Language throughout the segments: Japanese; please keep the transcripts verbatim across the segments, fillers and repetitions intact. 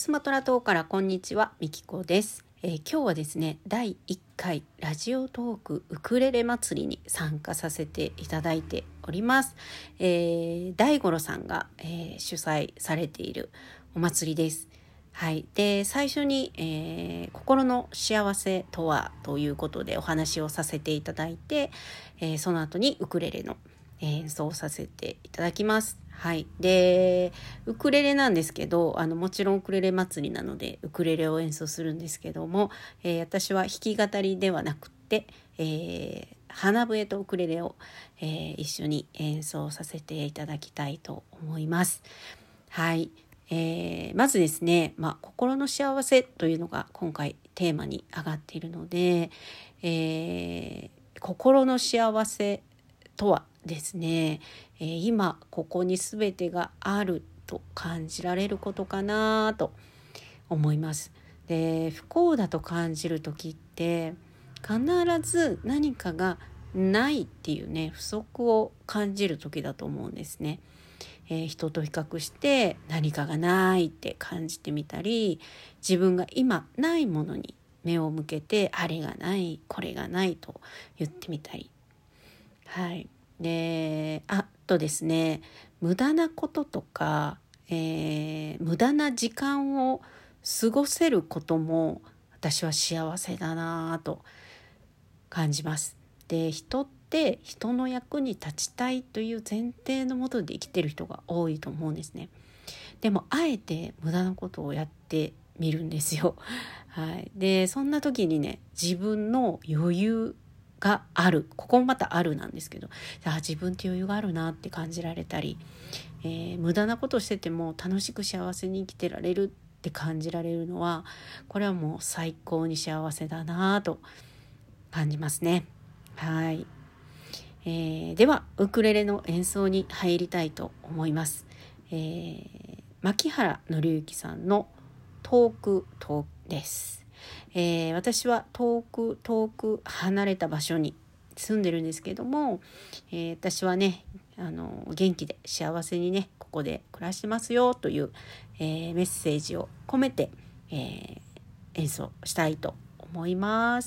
スマトラ島からこんにちは、みきこです。えー、今日はですねだいいっかいラジオトークウクレレ祭りに参加させていただいております。えー、大五郎さんが、えー、主催されているお祭りです。はい、で最初に、えー、心の幸せとはということでお話をさせていただいて、えー、その後にウクレレの演奏させていただきます。はい、でウクレレなんですけど、あのもちろんウクレレ祭りなのでウクレレを演奏するんですけども、えー、私は弾き語りではなくて、えー、花笛とウクレレを、えー、一緒に演奏させていただきたいと思います。はい、えー、まずですね、まあ、心の幸せというのが今回テーマに上がっているので、えー、心の幸せとはですね、えー、今ここに全てがあると感じられることかなと思います。で、不幸だと感じる時って必ず何かがないっていうね、不足を感じる時だと思うんですね。えー、人と比較して何かがないって感じてみたり、自分が今ないものに目を向けてあれがないこれがないと言ってみたり、はい、であとですね、無駄なこととか、えー、無駄な時間を過ごせることも私は幸せだなと感じます。で、人って人の役に立ちたいという前提のもとで生きてる人が多いと思うんですね。でもあえて無駄なことをやってみるんですよ。はい、でそんな時にね、自分の余裕がある、ここもまたあるなんですけど、あ、自分って余裕があるなって感じられたり、えー、無駄なことしてても楽しく幸せに生きてられるって感じられるのは、これはもう最高に幸せだなと感じますね。はい、えー、ではウクレレの演奏に入りたいと思います。えー、牧原紀之さんの遠く遠くです。えー、私は遠く遠く離れた場所に住んでるんですけども、えー、私はね、あの元気で幸せにねここで暮らしてますよという、えー、メッセージを込めて、えー、演奏したいと思います。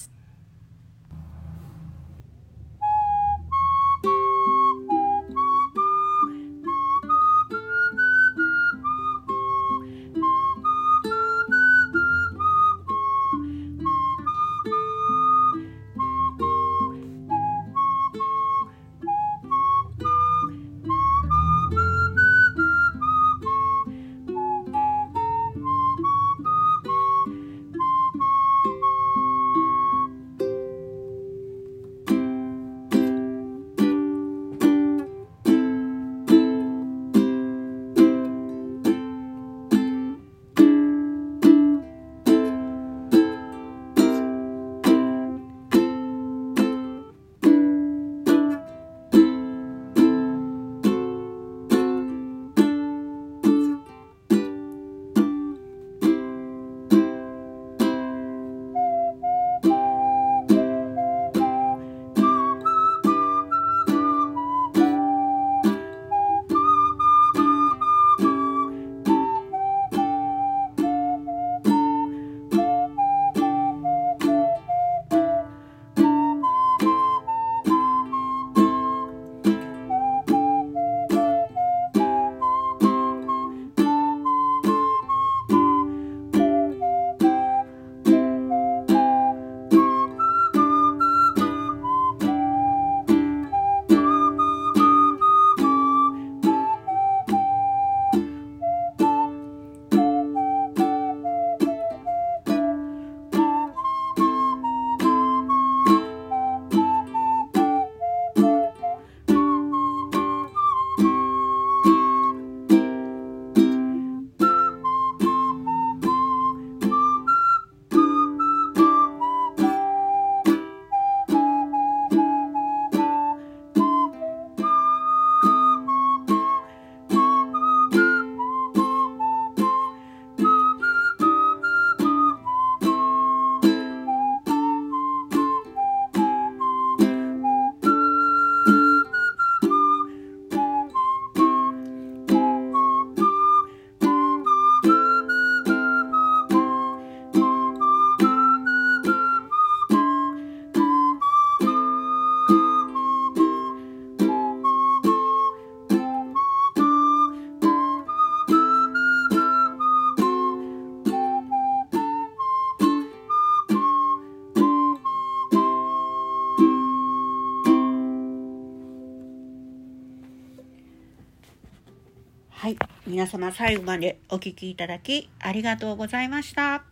はい、皆様最後までお聞きいただきありがとうございました。